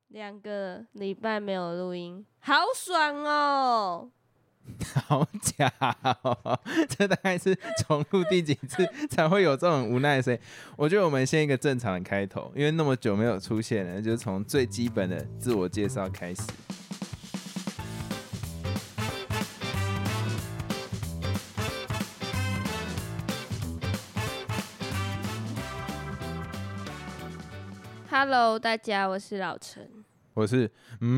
2个礼拜没有录音，好爽哦！ 好假哦！这大概是重录第几次才会有这种无奈的声音？我觉得我们先一个正常的开头，因为那么久没有出现了，就是从最基本的自我介绍开始。 Hello， 大家，我是老陈， 我是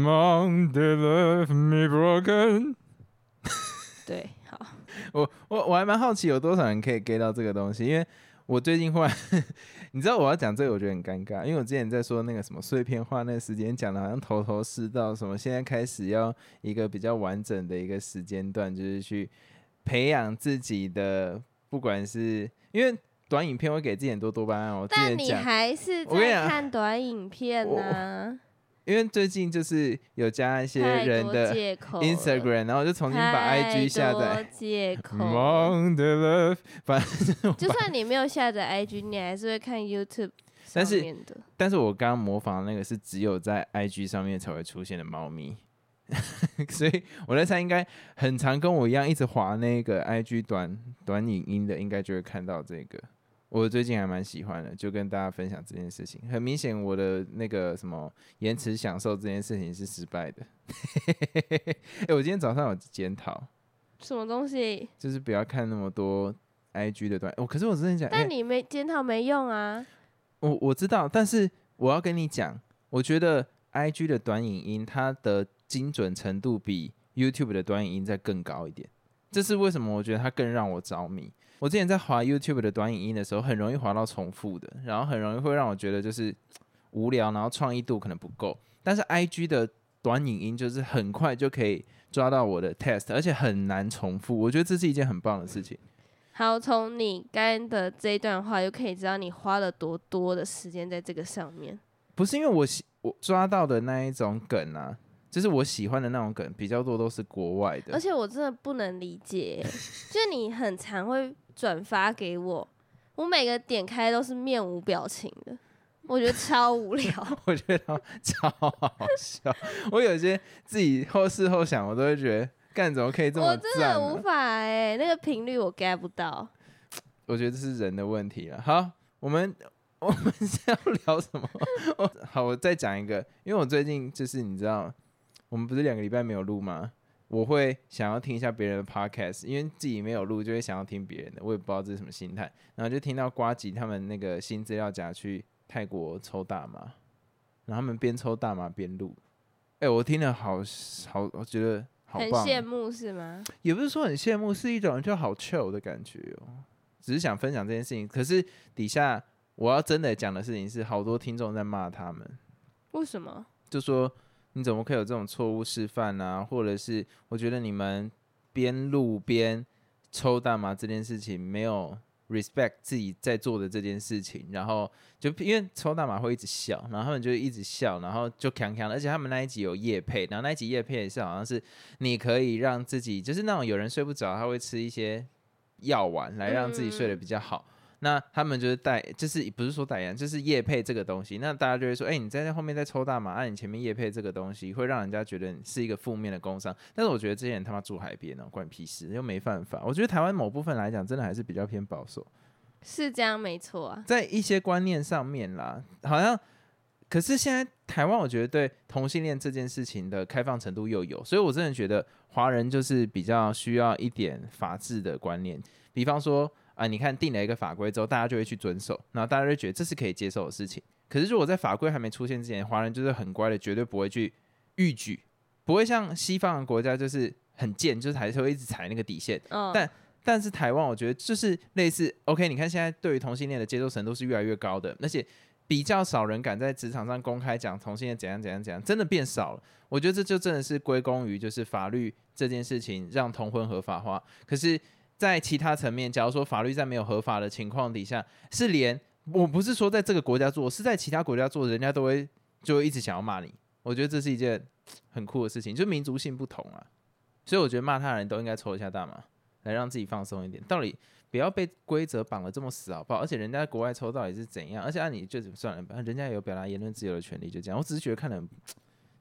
Mom they love me broken 对，好， 我还蛮好奇有多少人可以 get 到这个东西，因为我最近忽然你知道我要讲这个我觉得很尴尬，因为我之前在说那个什么碎片化那个时间讲的好像头头是道，什么现在开始要一个比较完整的一个时间段，就是去培养自己的，不管是因为短影片会给自己很多多巴胺，我之前但你还是在看短影片啊？ 因为最近就是有加一些人的 Instagram， 然后就重新把 IG 下载。 太多借口。 反正就算你没有下载 IG， 你还是会看 YouTube 上面的。 但是我刚刚模仿的那个是只有在 IG 上面才会出现的猫咪。所以我在猜，应该很常跟我一样一直滑那个 IG 短影音的，应该就会看到这个。我最近还蛮喜欢的，就跟大家分享这件事情。很明显，我的那个什么延迟享受这件事情是失败的。我今天早上有检讨， 什么东西？ 就是不要看那么多 IG 的短。可是我真的讲， 但你没检讨没用啊。 我知道，但是我要跟你讲，我觉得 IG 的短影音它的精准程度比 YouTube 的短影音再更高一点。这是为什么？我觉得它更让我着迷。我之前在滑 YouTube 的短影音的时候，很容易滑到重复的，然后很容易会让我觉得就是无聊，然后创意度可能不够。但是 IG 的短影音就是很快就可以抓到我的 test， 而且很难重复。我觉得这是一件很棒的事情。 好，从你刚的这一段话就可以知道你花了多多的时间在这个上面。 不是因为我抓到的那一种梗啊，就是我喜欢的那种梗比较多都是国外的， 而且我真的不能理解，就是你很常会转发给我，我每个点开都是面无表情的，我觉得超无聊。 我觉得超好笑。我有些自己事后想，我都会觉得干怎么可以这么赞啊？ 我真的无法那个频率我 get 不到。 我觉得这是人的问题了。好，我们是要聊什么？好，我再讲一个，因为我最近就是你知道，我们不是2个礼拜没有录吗？我会想要听一下别人的 podcast， 因为自己没有录，就会想要听别人的。我也不知道这是什么心态，然后就听到呱吉他们那个新资料夹去泰国抽大麻，然后他们边抽大麻边录。我听了好，我觉得好棒， 很羡慕是吗？ 也不是说很羡慕，是一种就好 chill 的感觉哦。只是想分享这件事情，可是底下我要真的讲的事情是，好多听众在骂他们。 为什么？ 就说你怎么可以有这种错误示范啊？或者是我觉得你们边录边抽大麻这件事情没有 respect 自己在做的这件事情，然后就因为抽大麻会一直笑，然后他们就一直笑，然后就鏘鏘的，而且他们那一集有业配，然后那一集业配也是好像是你可以让自己就是那种有人睡不着，他会吃一些药丸来让自己睡得比较好。那他们就是就是不是说代言，就是业配这个东西，那大家就会说，你在后面在抽大麻，你前面业配这个东西，会让人家觉得你是一个负面的工商。但是我觉得这些人他妈住海边关你屁事，又没犯法。我觉得台湾某部分来讲，真的还是比较偏保守， 是这样没错啊， 在一些观念上面啦，好像。可是现在台湾，我觉得对同性恋这件事情的开放程度又有，所以我真的觉得华人就是比较需要一点法治的观念，比方说。你看定了一个法规之后，大家就会去遵守，然后大家就觉得这是可以接受的事情。可是如果在法规还没出现之前，华人就是很乖的，绝对不会去逾矩，不会像西方的国家就是很贱，就是还是会一直踩那个底线。但是台湾，我觉得就是类似 ，OK， 你看现在对于同性恋的接受程度是越来越高的，而且比较少人敢在职场上公开讲同性恋怎样怎样怎样，真的变少了。我觉得这就真的是归功于就是法律这件事情让同婚合法化，可是。在其他层面，假如说法律在没有合法的情况底下，是连我不是说在这个国家做，是在其他国家做，人家就会一直想要骂你。我觉得这是一件很酷的事情，就民族性不同啊。所以我觉得骂他的人都应该抽一下大麻，来让自己放松一点。到底不要被规则绑得这么死好不好？而且人家在国外抽到底是怎样？而且你就算了，人家也有表达言论自由的权利，就这样。我只是觉得看得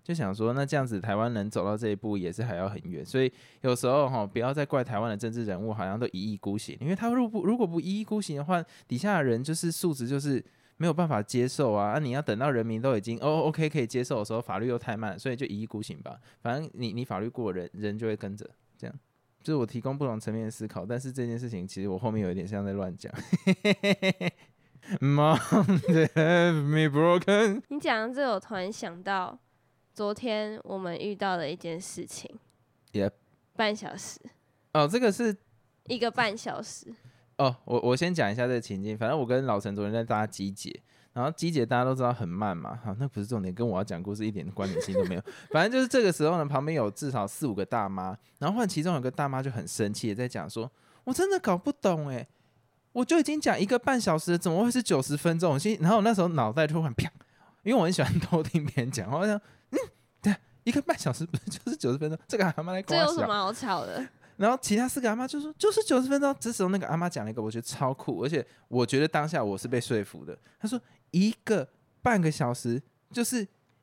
就想说那这样子台湾能走到这一步也是还要很远，所以有时候不要再怪台湾的政治人物好像都一意孤行，因为他如果不一意孤行的话，底下的人就是素质就是没有办法接受啊，你要等到人民都已经OK 可以接受的时候，法律又太慢，所以就一意孤行吧，反正你法律过人就会跟着，这样就是我提供不同层面的思考，但是这件事情其实我后面有一点像在乱讲。Mom, they have me broken。 你讲这，我突然想到昨天我们遇到的一件事情。 Yep。 半小时。 这个是 1个半小时。 我先讲一下这个情境。反正我跟老陈昨天在搭机捷，然后机捷大家都知道很慢嘛，好，那不是重点，跟我要讲故事一点关联性都没有。反正就是这个时候呢，旁边有至少4-5个大妈，然后忽然其中有个大妈就很生气的在讲说，我真的搞不懂我就已经讲1个半小时了，怎么会是90分钟？然后我那时候脑袋突然啪，因为我很喜欢偷听别人讲话，我想对，1个半小时不是就是90分钟？这个阿妈来跟我讲， 这有什么好吵的？ 然后其他4个阿妈就说就是90分钟。这时候那个阿妈讲了一个我觉得超酷，而且我觉得当下我是被说服的。她说1个半个小时就是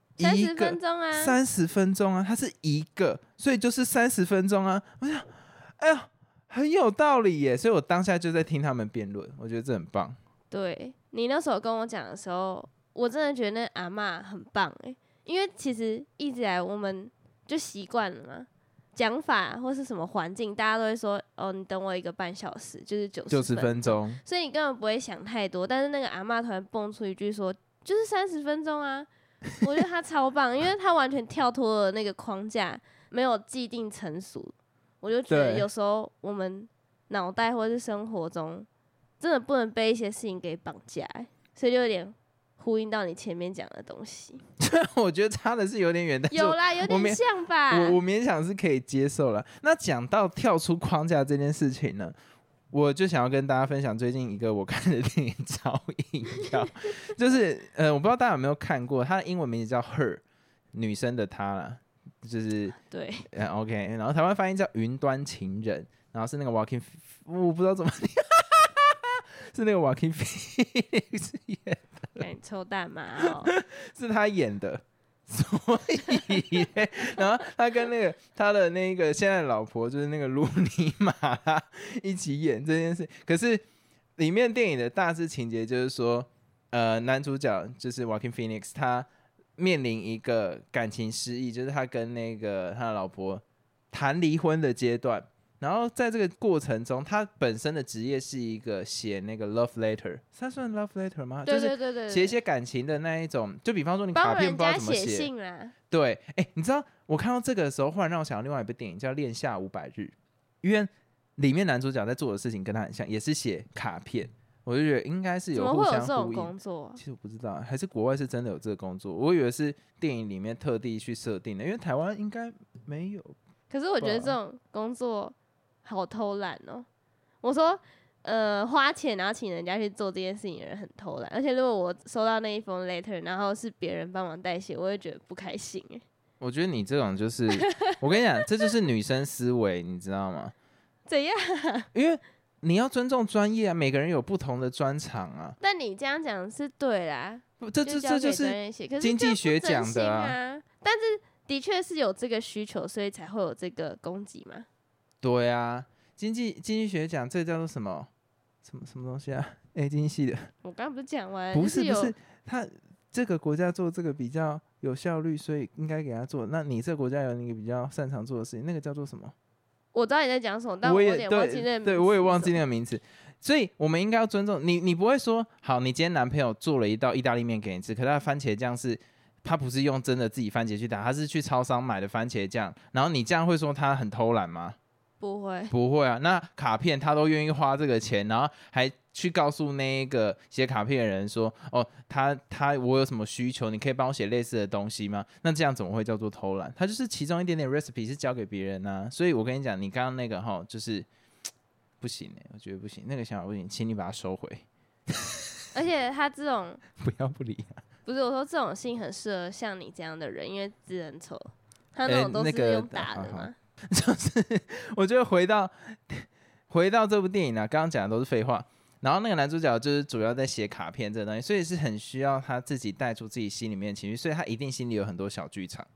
30分钟啊 ，30分钟啊，它是1个，所以就是30分钟啊。我想，哎呀，很有道理耶！所以我当下就在听他们辩论，我觉得这很棒。 对，你那时候跟我讲的时候，我真的觉得那阿嬷很棒因为其实一直以来我们就习惯了嘛，讲法或是什么环境，大家都会说你等我1个半小时，就是90分钟，所以你根本不会想太多。但是那个阿嬷突然蹦出一句说，就是30分钟啊，我觉得他超棒，因为他完全跳脱了那个框架，没有既定成熟。我就觉得有时候我们脑袋或是生活中真的不能被一些事情给绑架所以就有点呼应到你前面讲的东西。 我觉得差的是有点远，但是有啦，有点像吧。 我勉强是可以接受了。那讲到跳出框架这件事情呢，我就想要跟大家分享最近一个我看的电影超硬要，就是我不知道大家有没有看过，它的英文名字叫 Her， 女生的她啦。就是对 ，OK， 然后台湾翻译叫云端情人，然后是那个 Joaquin， 我不知道怎么念，是那个 Joaquin Phoenix 演的， 你抽大麻是他演的，所以然后他跟他的那个现在的老婆就是那个卢尼马拉一起演这件事，可是里面电影的大致情节就是说，男主角就是 Joaquin Phoenix， 他面临一个感情失意，就是他跟他的老婆谈离婚的阶段，然后在这个过程中，他本身的职业是一个写那个 love letter， 他算 love letter 吗？ 对对对对， 就是写一些感情的那一种，就比方说你卡片不知道怎么写， 信啦。 对，你知道我看到这个的时候，忽然让我想到另外一部电影叫《恋夏500日》，因为里面男主角在做的事情跟他很像，也是写卡片。我就觉得应该是有互相呼应。怎么会有这种工作其实我不知道，还是国外是真的有这个工作。我以为是电影里面特地去设定的，因为台湾应该没有。 可是我觉得这种工作好偷懒哦。我说，花钱然后请人家去做这件事情的人很偷懒。而且如果我收到那一封 letter， 然后是别人帮忙代写，我会觉得不开心我觉得你这种就是，我跟你讲，这就是女生思维，你知道吗？ 怎样？ 因为你要尊重专业啊，每个人有不同的专长啊。 但你这样讲是对啦， 这就是经济学讲的啊。 但是的确是有这个需求，所以才会有这个供给嘛。 对啊，经济学讲这个叫做什么东西啊？经济系的。 我刚刚不是讲完？ 不是，他这个国家做这个比较有效率，所以应该给他做。那你这个国家有你比较擅长做的事情，那个叫做什么？ 我知道你在讲什么，但我有点忘记那个名字。 对，我也忘记那个名字。所以我们应该要尊重你。你不会说，好，你今天男朋友做了一道意大利面给你吃，可是他的番茄酱是，他不是用真的自己番茄去打，他是去超商买的番茄酱。然后你这样会说他很偷懒吗？不会啊。那卡片他都愿意花这个钱，然后还去告诉那个写卡片的人说，我有什么需求，你可以帮我写类似的东西吗？那这样怎么会叫做偷懒？他就是其中一点点 recipe 是交给别人啊。所以我跟你讲，你刚刚那个就是不行我觉得不行，那个想法不行，请你把它收回。 而且他这种不要不理他。 不是我说这种性很适合像你这样的人，因为自认丑，他那种都是用打的嘛。 就是我觉得回到这部电影啊，刚刚讲的都是废话。然后那个男主角就是主要在写卡片这个东西，所以是很需要他自己带出自己心里面的情绪，所以他一定心里有很多小剧场。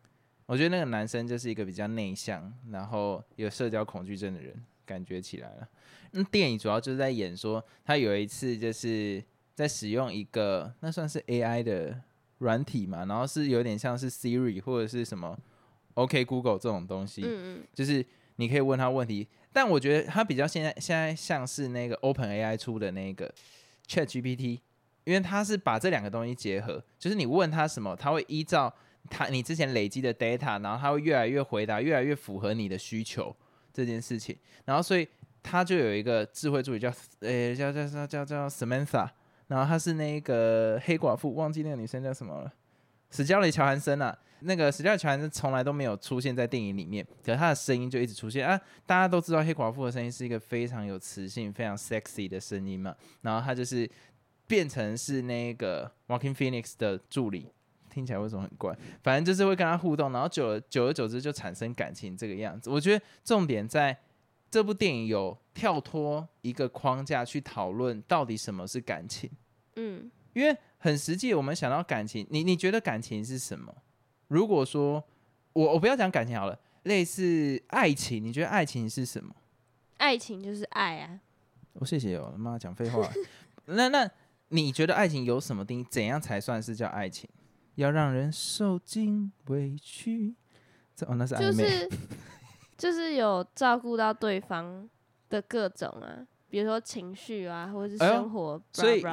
我觉得那个男生就是一个比较内向，然后有社交恐惧症的人，感觉起来了。电影主要就是在演说，他有一次就是在使用一个那算是 AI 的软体嘛，然后是有点像是 Siri 或者是什么 OK Google 这种东西，就是你可以问他问题，但我觉得他比较现在像是那个 OpenAI 出的那个 ChatGPT， 因为他是把这两个东西结合，就是你问他什么，他会依照你之前累积的 data， 然后他会越来越回答，越来越符合你的需求这件事情，然后所以他就有一个智慧助理叫 Samantha， 然后他是那个黑寡妇，忘记那个女生叫什么了，史嘉蕾·乔韩森啊。那个史嘉蕾·乔韩森从来都没有出现在电影里面，可是他的声音就一直出现啊。大家都知道黑寡妇的声音是一个非常有磁性、非常 sexy 的声音嘛，然后他就是变成是那个 Joaquin Phoenix 的助理，听起来为什么很怪？反正就是会跟他互动，然后久而久之就产生感情这个样子。我觉得重点在这部电影有跳脱一个框架去讨论到底什么是感情。因为很实际，我们想到感情，你觉得感情是什么？如果说我不要讲感情好了，类似爱情，你觉得爱情是什么？ 爱情就是爱啊！ 谢谢哦，妈讲废话。那你觉得爱情有什么定义？怎样才算是叫爱情？要让人受尽委屈，那是暧昧。 就是有照顾到对方的各种啊，比如说情绪啊，或者是生活， 所以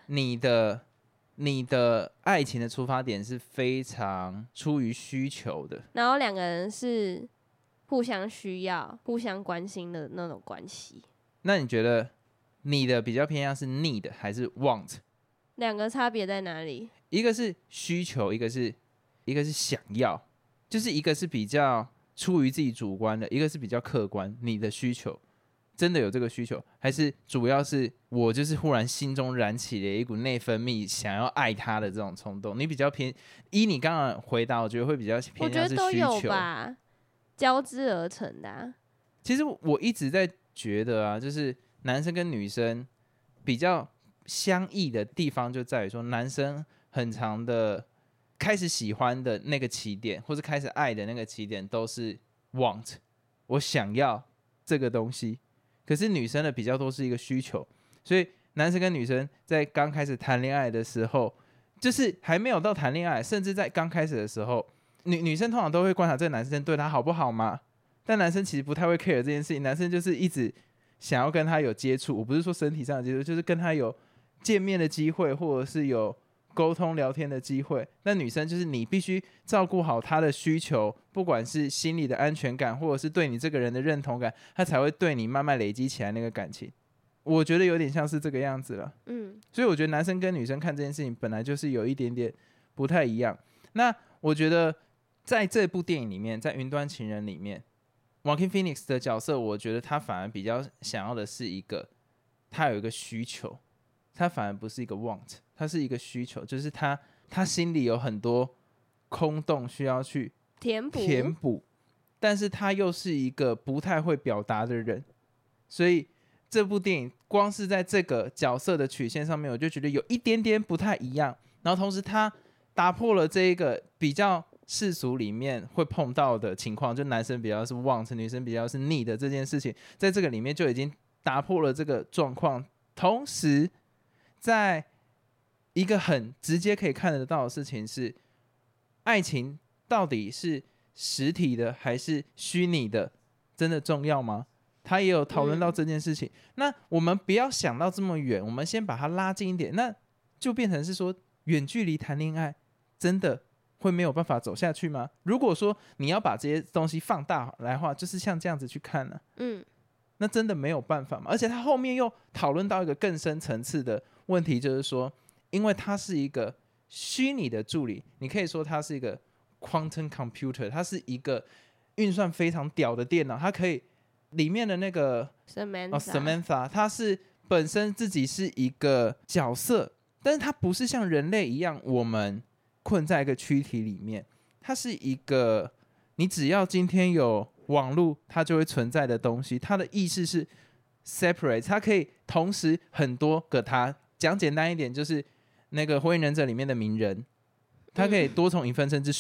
你的爱情的出发点是非常出于需求的， 然后两个人是互相需要、互相关心的那种关系。 那你觉得你的比较偏向是 need 还是 want？ 两个差别在哪里？ 一个是需求，一个是想要，就是一个是比较出于自己主观的，一个是比较客观。你的需求真的有这个需求，还是主要是我就是忽然心中燃起了一股内分泌想要爱他的这种冲动？你比较偏，依你刚刚回答，我觉得会比较偏向是需求。 我觉得都有吧，交织而成的啊。 其实我一直在觉得啊，就是男生跟女生比较相异的地方就在于说，男生很长的开始喜欢的那个起点，或是开始爱的那个起点都是 want， 我想要这个东西。可是女生的比较多是一个需求，所以男生跟女生在刚开始谈恋爱的时候，就是还没有到谈恋爱，甚至在刚开始的时候，女生通常都会观察这个男生对她好不好嘛，但男生其实不太会 care 这件事情，男生就是一直想要跟他有接触，我不是说身体上的接触，就是跟他有见面的机会，或者是有沟通聊天的机会。那女生就是你必须照顾好她的需求，不管是心理的安全感，或者是对你这个人的认同感，她才会对你慢慢累积起来那个感情。我觉得有点像是这个样子了。所以我觉得男生跟女生看这件事情本来就是有一点点不太一样。那我觉得在这部电影里面，在《云端情人》里面，Joaquin Phoenix 的角色，我觉得他反而比较想要的是他有一个需求，他反而不是一个 want， 他是一个需求，就是他心里有很多空洞需要去填补，但是他又是一个不太会表达的人，所以这部电影光是在这个角色的曲线上面，我就觉得有一点点不太一样。然后同时他打破了这一个比较世俗里面会碰到的情况，就男生比较是 want， 女生比较是 need 的这件事情，在这个里面就已经打破了这个状况。同时在一个很直接可以看得到的事情是，爱情到底是实体的还是虚拟的，真的重要吗？他也有讨论到这件事情。那我们不要想到这么远，我们先把它拉近一点，那就变成是说，远距离谈恋爱真的会没有办法走下去吗？如果说你要把这些东西放大来的话，就是像这样子去看呢，那真的没有办法嘛。而且他后面又讨论到一个更深层次的问题，就是说，因为它是一个虚拟的助理，你可以说它是一个 quantum computer， 它是一个运算非常屌的电脑，它可以里面的那个 Samantha， 她是本身自己是一个角色，但是她不是像人类一样我们困在一个躯体里面，它是一个你只要今天有网络它就会存在的东西，它的意识是 separate， 它可以同时很多个它。讲简单一点，就是那个火影忍者里面的鸣人，它可以多重影分身之术，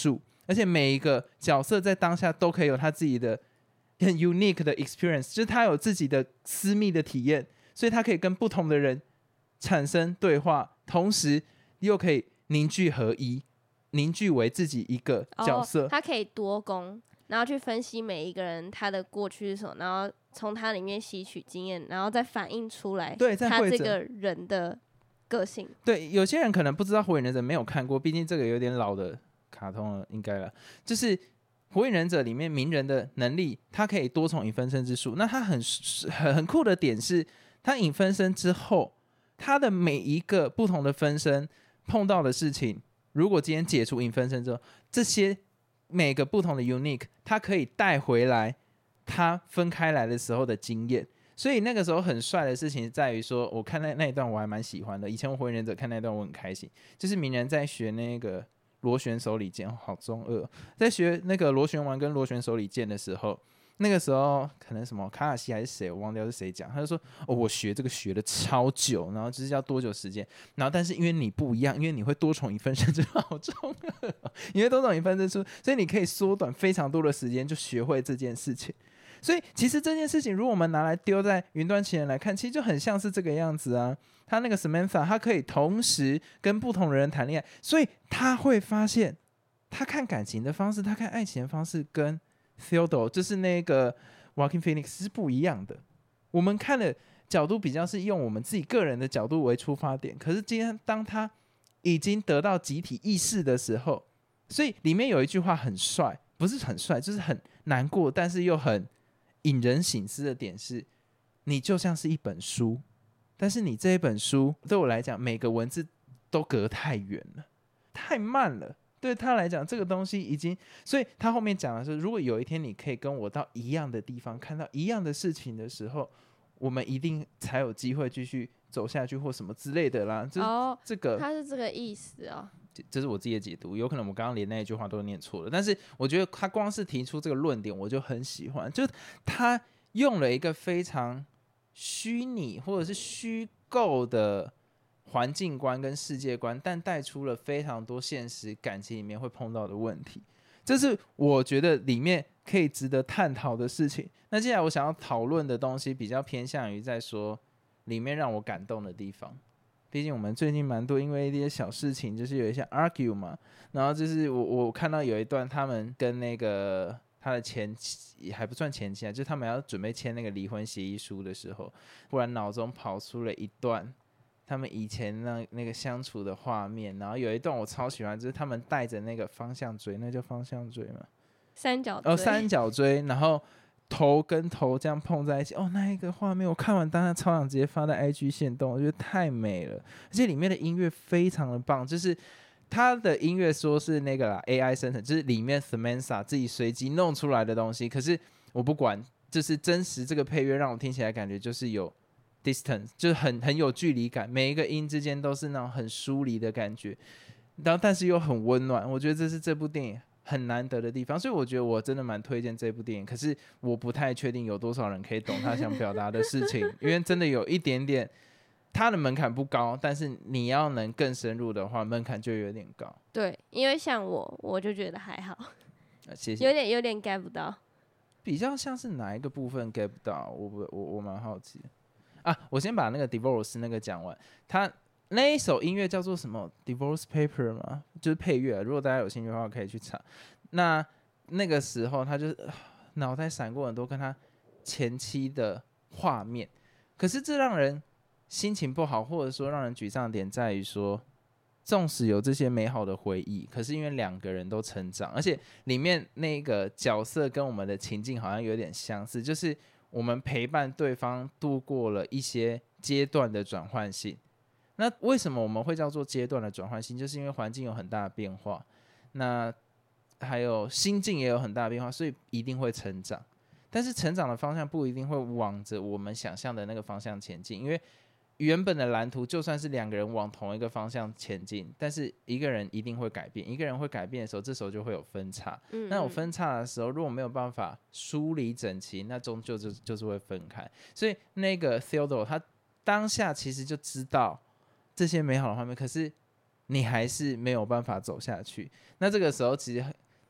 而且每一个角色在当下都可以有他自己的很 unique 的 experience， 就是他有自己的私密的体验，所以他可以跟不同的人产生对话，同时又可以凝聚合一，凝聚为自己一个角色。 他可以多攻，然后去分析每一个人他的过去是什么，然后从他里面吸取经验，然后再反映出来他这个人的个性。 对，有些人可能不知道火影忍者，没有看过，毕竟这个有点老的卡通了，应该了。就是火影忍者里面鸣人的能力，他可以多重影分身之术。那他很酷的点是，他影分身之后，他的每一个不同的分身碰到的事情，如果今天解除影分身之后，这些每个不同的 unique， 他可以带回来他分开来的时候的经验。所以那个时候很帅的事情在于说，我看那一段我还蛮喜欢的。以前我火影忍者看那一段我很开心，就是鸣人在学那个螺旋手里剑，好中二，在学那个螺旋丸跟螺旋手里剑的时候，那个时候可能什么卡卡西还是谁，我忘掉是谁讲，他就说我学这个学了超久，然后就是要多久时间，然后但是因为你不一样，因为你会多重影分身，就好中二，因为多重影分身出，所以你可以缩短非常多的时间就学会这件事情。所以其实这件事情如果我们拿来丢在云端奇人来看，其实就很像是这个样子啊。他那个 Samantha 他可以同时跟不同的人谈恋爱，所以他会发现他看感情的方式，他看爱情的方式跟 Theodore 就是那个 Joaquin Phoenix 是不一样的。我们看的角度比较是用我们自己个人的角度为出发点，可是今天当他已经得到集体意识的时候，所以里面有一句话很帅，不是很帅，就是很难过，但是又很引人省思的点是，你就像是一本书，但是你这一本书对我来讲，每个文字都隔太远了，太慢了。对他来讲，这个东西已经，所以他后面讲的是，如果有一天你可以跟我到一样的地方，看到一样的事情的时候，我们一定才有机会继续走下去或什么之类的啦。这个他是这个意思哦。 这是我自己的解读，有可能我刚刚连那一句话都念错了，但是我觉得他光是提出这个论点，我就很喜欢，就是他用了一个非常虚拟或者是虚构的环境观跟世界观，但带出了非常多现实感情里面会碰到的问题，这是我觉得里面可以值得探讨的事情。那接下来我想要讨论的东西比较偏向于在说里面让我感动的地方，毕竟我们最近蛮多因为一些小事情就是有一些 argue 嘛，然后就是我看到有一段他们跟那个他的前妻，还不算前妻啊，就是他们要准备签那个离婚协议书的时候，忽然脑中跑出了一段他们以前那个相处的画面，然后有一段我超喜欢，就是他们带着那个方向锥，那叫方向锥吗？ 三角锥。 三角锥，然后头跟头这样碰在一起，那一个画面我看完当然超想直接发在 IG 限动，我觉得太美了，而且里面的音乐非常的棒，就是他的音乐说是那个啦 AI 生成，就是里面 Samantha 自己随机弄出来的东西，可是我不管，就是真实这个配乐让我听起来感觉就是有 distance， 就是很有距离感，每一个音之间都是那种很疏离的感觉，然后但是又很温暖，我觉得这是这部电影很难得的地方，所以我觉得我真的蛮推荐这部电影，可是我不太确定有多少人可以懂他想表达的事情，因为真的有一点点，它的门槛不高，但是你要能更深入的话，门槛就有点高。 对，因为像我就觉得还好， 谢谢。 有点 get 不到， 比较像是哪一个部分 get 不到？我蛮好奇啊。我先把那个 Divorce 那个讲完，他那一首音乐叫做什么 Divorce Paper 吗？就是配乐，如果大家有兴趣的话可以去查。那个时候他就脑袋闪过很多跟他前妻的画面，可是这让人心情不好，或者说让人沮丧的点在于说，纵使有这些美好的回忆，可是因为两个人都成长，而且里面那个角色跟我们的情境好像有点相似，就是我们陪伴对方度过了一些阶段的转换性。那为什么我们会叫做阶段的转换性？就是因为环境有很大的变化，那还有心境也有很大的变化，所以一定会成长。但是成长的方向不一定会往着我们想象的那个方向前进，因为原本的蓝图就算是两个人往同一个方向前进，但是一个人一定会改变，一个人会改变的时候，这时候就会有分叉。那有分叉的时候，如果没有办法梳理整齐，那终究就是会分开。所以那个 Theodore 他当下其实就知道这些美好的画面，可是你还是没有办法走下去。那这个时候其实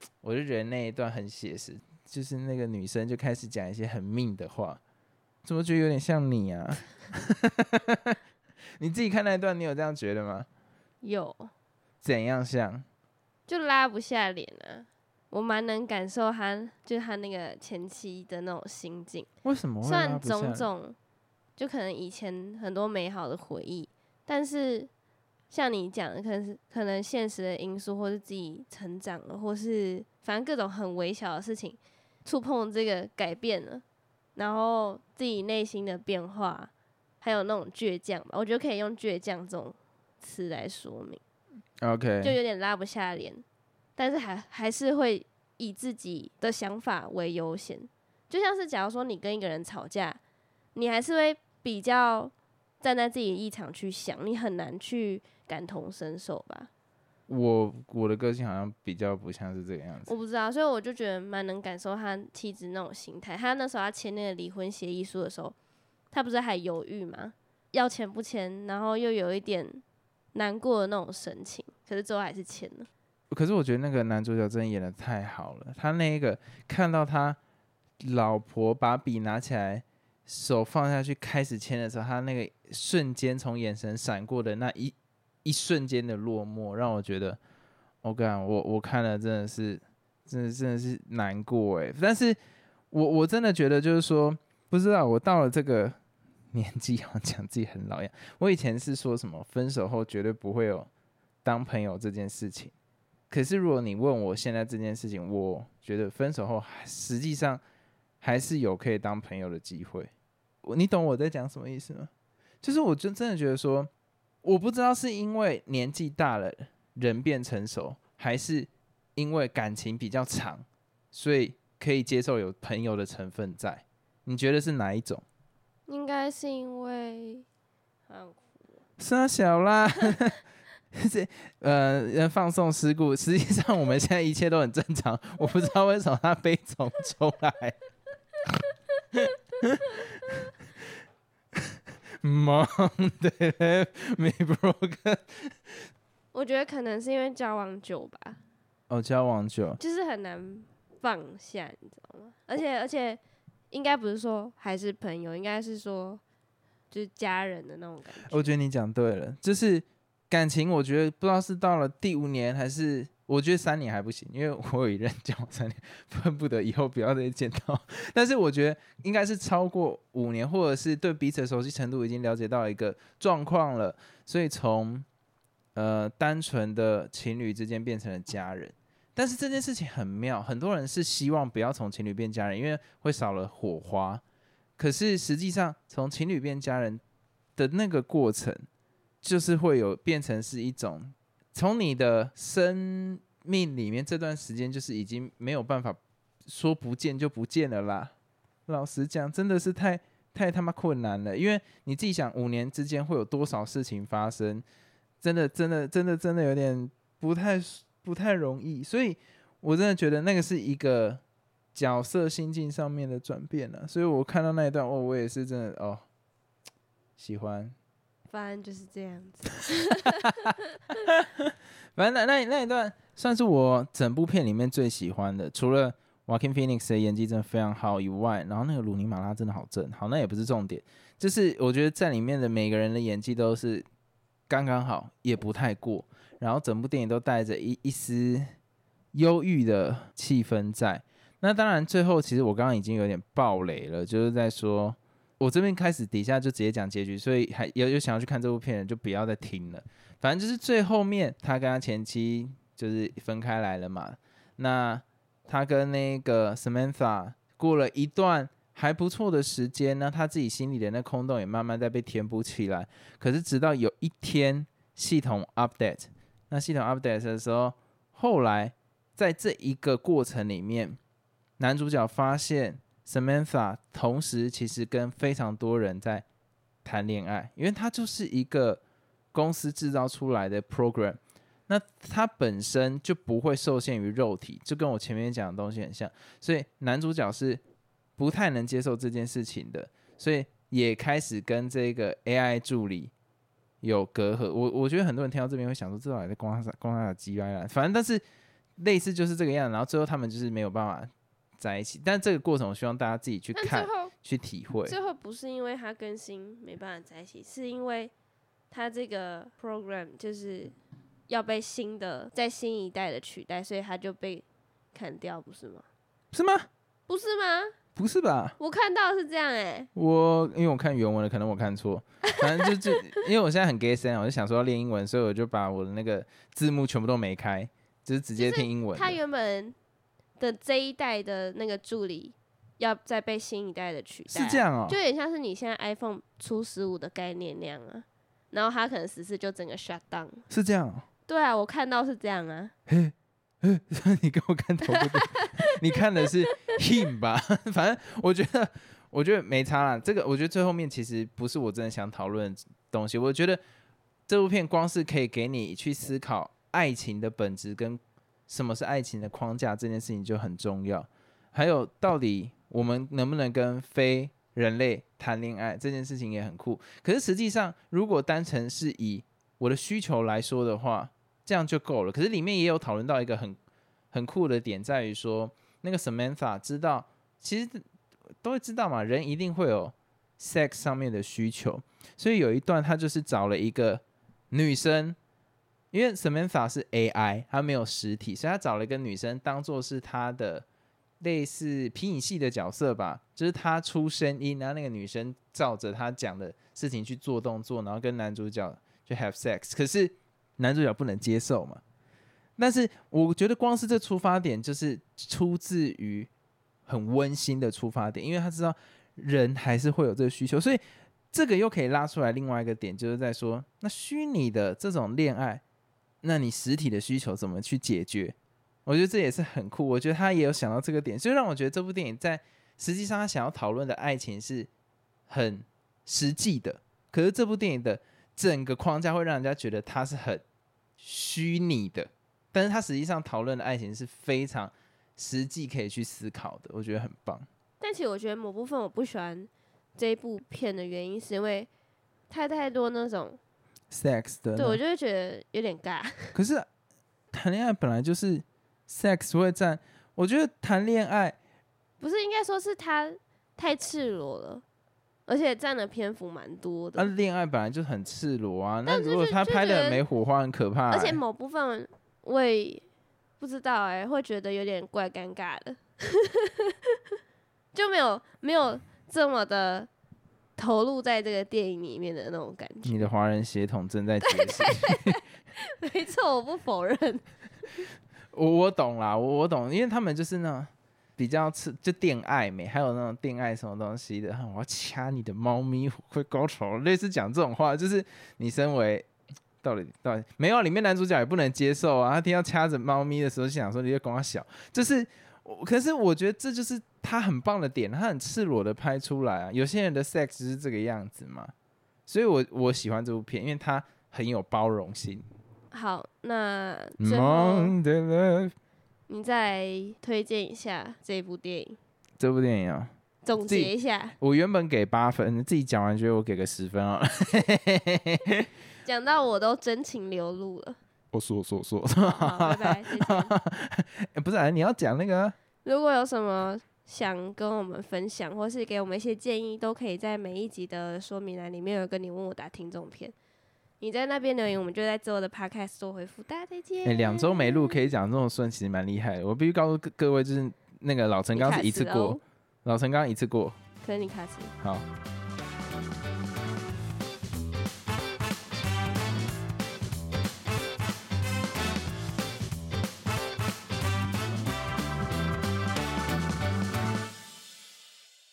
我就觉得那一段很写实，就是那个女生就开始讲一些很命的话，怎么觉得有点像你啊？你自己看那一段，你有这样觉得吗？ 有， 怎样像？ 就拉不下脸啊。我蛮能感受就是他那个前妻的那种心境。 为什么会虽然拉不下脸？ 种种，就可能以前很多美好的回忆，但是像你讲的，可能现实的因素，或是自己成长了，或是反正各种很微小的事情，触碰这个改变了，然后自己内心的变化，还有那种倔强吧，我觉得可以用倔强这种词来说明。 OK， 就有点拉不下脸，但是还是会以自己的想法为优先。就像是假如说你跟一个人吵架，你还是会比较站在自己的立场去想，你很难去感同身受吧。 我的个性好像比较不像是这个样子。 我不知道，所以我就觉得蛮能感受他妻子那种心态。他那时候要签那个离婚协议书的时候，他不是还犹豫吗？要签不签，然后又有一点难过的那种神情，可是最后还是签了。 可是我觉得那个男主角真的演得太好了，他那一个看到他老婆把笔拿起来，手放下去开始签的时候，他那个瞬间从眼神闪过的那一瞬间的落寞，让我觉得，我看了真的是难过哎。但是我真的觉得就是说，不知道我到了这个年纪，好像讲自己很老样。我以前是说什么分手后绝对不会有当朋友这件事情，可是如果你问我现在这件事情，我觉得分手后实际上还是有可以当朋友的机会。你懂我在讲什么意思吗？就是我真的觉得说，我不知道是因为年纪大了人变成熟，还是因为感情比较长，所以可以接受有朋友的成分在。你觉得是哪一种？ 应该是因为， 傻小啦，放送事故，实际上我们现在一切都很正常，我不知道为什么他悲从中来。Monday me broken。 我觉得可能是因为交往久吧， 哦，交往久， 就是很难放下，你知道吗？而且，应该不是说还是朋友，应该是说就是家人的那种感觉。 我觉得你讲对了，就是感情，我觉得不知道是到了第5年还是，我觉得3年还不行，因为我有一任交往3年，恨不得以后不要再见到。但是我觉得应该是超过5年，或者是对彼此的熟悉程度已经了解到一个状况了，所以从单纯的情侣之间变成了家人。但是这件事情很妙，很多人是希望不要从情侣变家人，因为会少了火花。可是实际上，从情侣变家人的那个过程，就是会有变成是一种，从你的生命里面这段时间，就是已经没有办法说不见就不见了啦。老实讲，真的是太他妈困难了，因为你自己想，5年之间会有多少事情发生，真的有点不太容易，所以我真的觉得那个是一个角色心境上面的转变了。所以我看到那一段，我也是真的喜欢。 反正就是这样子。 反正那一段算是我整部片里面最喜欢的，除了 Joaquin Phoenix 的演技真的非常好以外，然后那个鲁尼马拉真的好正，好，那也不是重点，就是我觉得在里面的每个人的演技都是刚刚好，也不太过，然后整部电影都带着一丝忧郁的气氛在。那当然，最后其实我刚刚已经有点爆雷了，就是在说，我这边开始底下就直接讲结局，所以还有想要去看这部片的人就不要再听了。反正就是最后面他跟他前妻就是分开来了嘛，那他跟那个 Samantha 过了一段还不错的时间呢，他自己心里的那空洞也慢慢在被填补起来。可是直到有一天系统 update， 那系统 update 的时候，后来在这一个过程里面，男主角发现 Samantha 同时其实跟非常多人在谈恋爱，因为他就是一个公司制造出来的 program， 那他本身就不会受限于肉体，就跟我前面讲的东西很像，所以男主角是不太能接受这件事情的，所以也开始跟这个 AI 助理有隔阂。我觉得很多人听到这边会想说，这到底在光他的鸡歪啦，反正但是类似就是这个样子，然后最后他们就是没有办法在一起。但这个过程我希望大家自己去看去体会。 最后不是因为他更新没办法在一起，是因为他这个 program 就是要被在新一代的取代，所以他就被砍掉，不是吗？ 是吗？ 不是吗？ 不是吧？ 我看到是这样因为我看原文了，可能我看错。反正就因为我现在很 gay 森，我就想说要练英文，所以我就把我的那个字幕全部都没开，就是直接听英文。 他原本的这一代的那个助理要再被新一代的取代， 是这样哦， 就有点像是你现在 iPhone 出15的概念那样啊。然后他可能14就整个 shut down。是这样哦？ 对啊，我看到是这样啊。 你跟我看同不对？你看的是 him 吧？反正我觉得没差啦。这个我觉得最后面其实不是我真的想讨论的东西。我觉得这部片光是可以给你去思考爱情的本质跟什么是爱情的框架这件事情就很重要。还有到底我们能不能跟非人类谈恋爱这件事情也很酷。可是实际上，如果单纯是以我的需求来说的话，这样就够了。可是里面也有讨论到一个很酷的点，在于说那个 Samantha 知道，其实都会知道嘛，人一定会有 sex 上面的需求，所以有一段他就是找了一个女生，因为 Samantha 是 AI， 她没有实体，所以他找了一个女生当做是他的类似皮影戏的角色吧，就是他出声音，然后那个女生照着他讲的事情去做动作，然后跟男主角去 have sex， 可是男主角不能接受嘛。但是我觉得光是这出发点就是出自于很温馨的出发点，因为他知道人还是会有这个需求，所以这个又可以拉出来另外一个点，就是在说那虚拟的这种恋爱，那你实体的需求怎么去解决？我觉得这也是很酷，我觉得他也有想到这个点，就让我觉得这部电影在实际上他想要讨论的爱情是很实际的，可是这部电影的整个框架会让人家觉得它是很虚拟的，但是它实际上讨论的爱情是非常实际可以去思考的，我觉得很棒。 但其实我觉得某部分我不喜欢这一部片的原因，是因为太多那种 sex 的， 对我就会觉得有点尬。 可是谈恋爱本来就是 sex 会占，我觉得谈恋爱不是应该说是他太赤裸了，而且占的篇幅蛮多的。 恋爱本来就很赤裸啊，那如果他拍的没火花，很可怕而且某部分我也不知道会觉得有点怪尴尬的，就没有这么的投入在这个电影里面的那种感觉。 你的华人血统正在觉醒。 没错，我不否认。 我懂啦，我懂，因为他们就是那种比较就恋爱美，还有那种恋爱什么东西的，我要掐你的猫咪会高潮，类似讲这种话，就是你身为到底没有，里面男主角也不能接受啊，他听到掐着猫咪的时候，想说你在跟我小，就是可是我觉得这就是他很棒的点，他很赤裸的拍出来啊。有些人的 sex 是这个样子嘛，所以我喜欢这部片，因为他很有包容性。 好，那最后你再推荐一下这部电影。 这部电影啊， 总结一下。 我原本给8分，自己讲完觉得我给个10分好了。 讲到我都真情流露了。 我说。 好，拜拜，再见。 不是，你要讲那个。 如果有什么想跟我们分享，或是给我们一些建议，都可以在每一集的说明栏里面有一个你问我答听众篇。你在那边留言，我们就在之后的 podcast 做回复。大家再见。2 周没录可以讲这种顺，其实蛮厉害的。我必须告诉各位，就是那个老陈刚是一次过，老陈刚一次过。 可是你卡词。 好。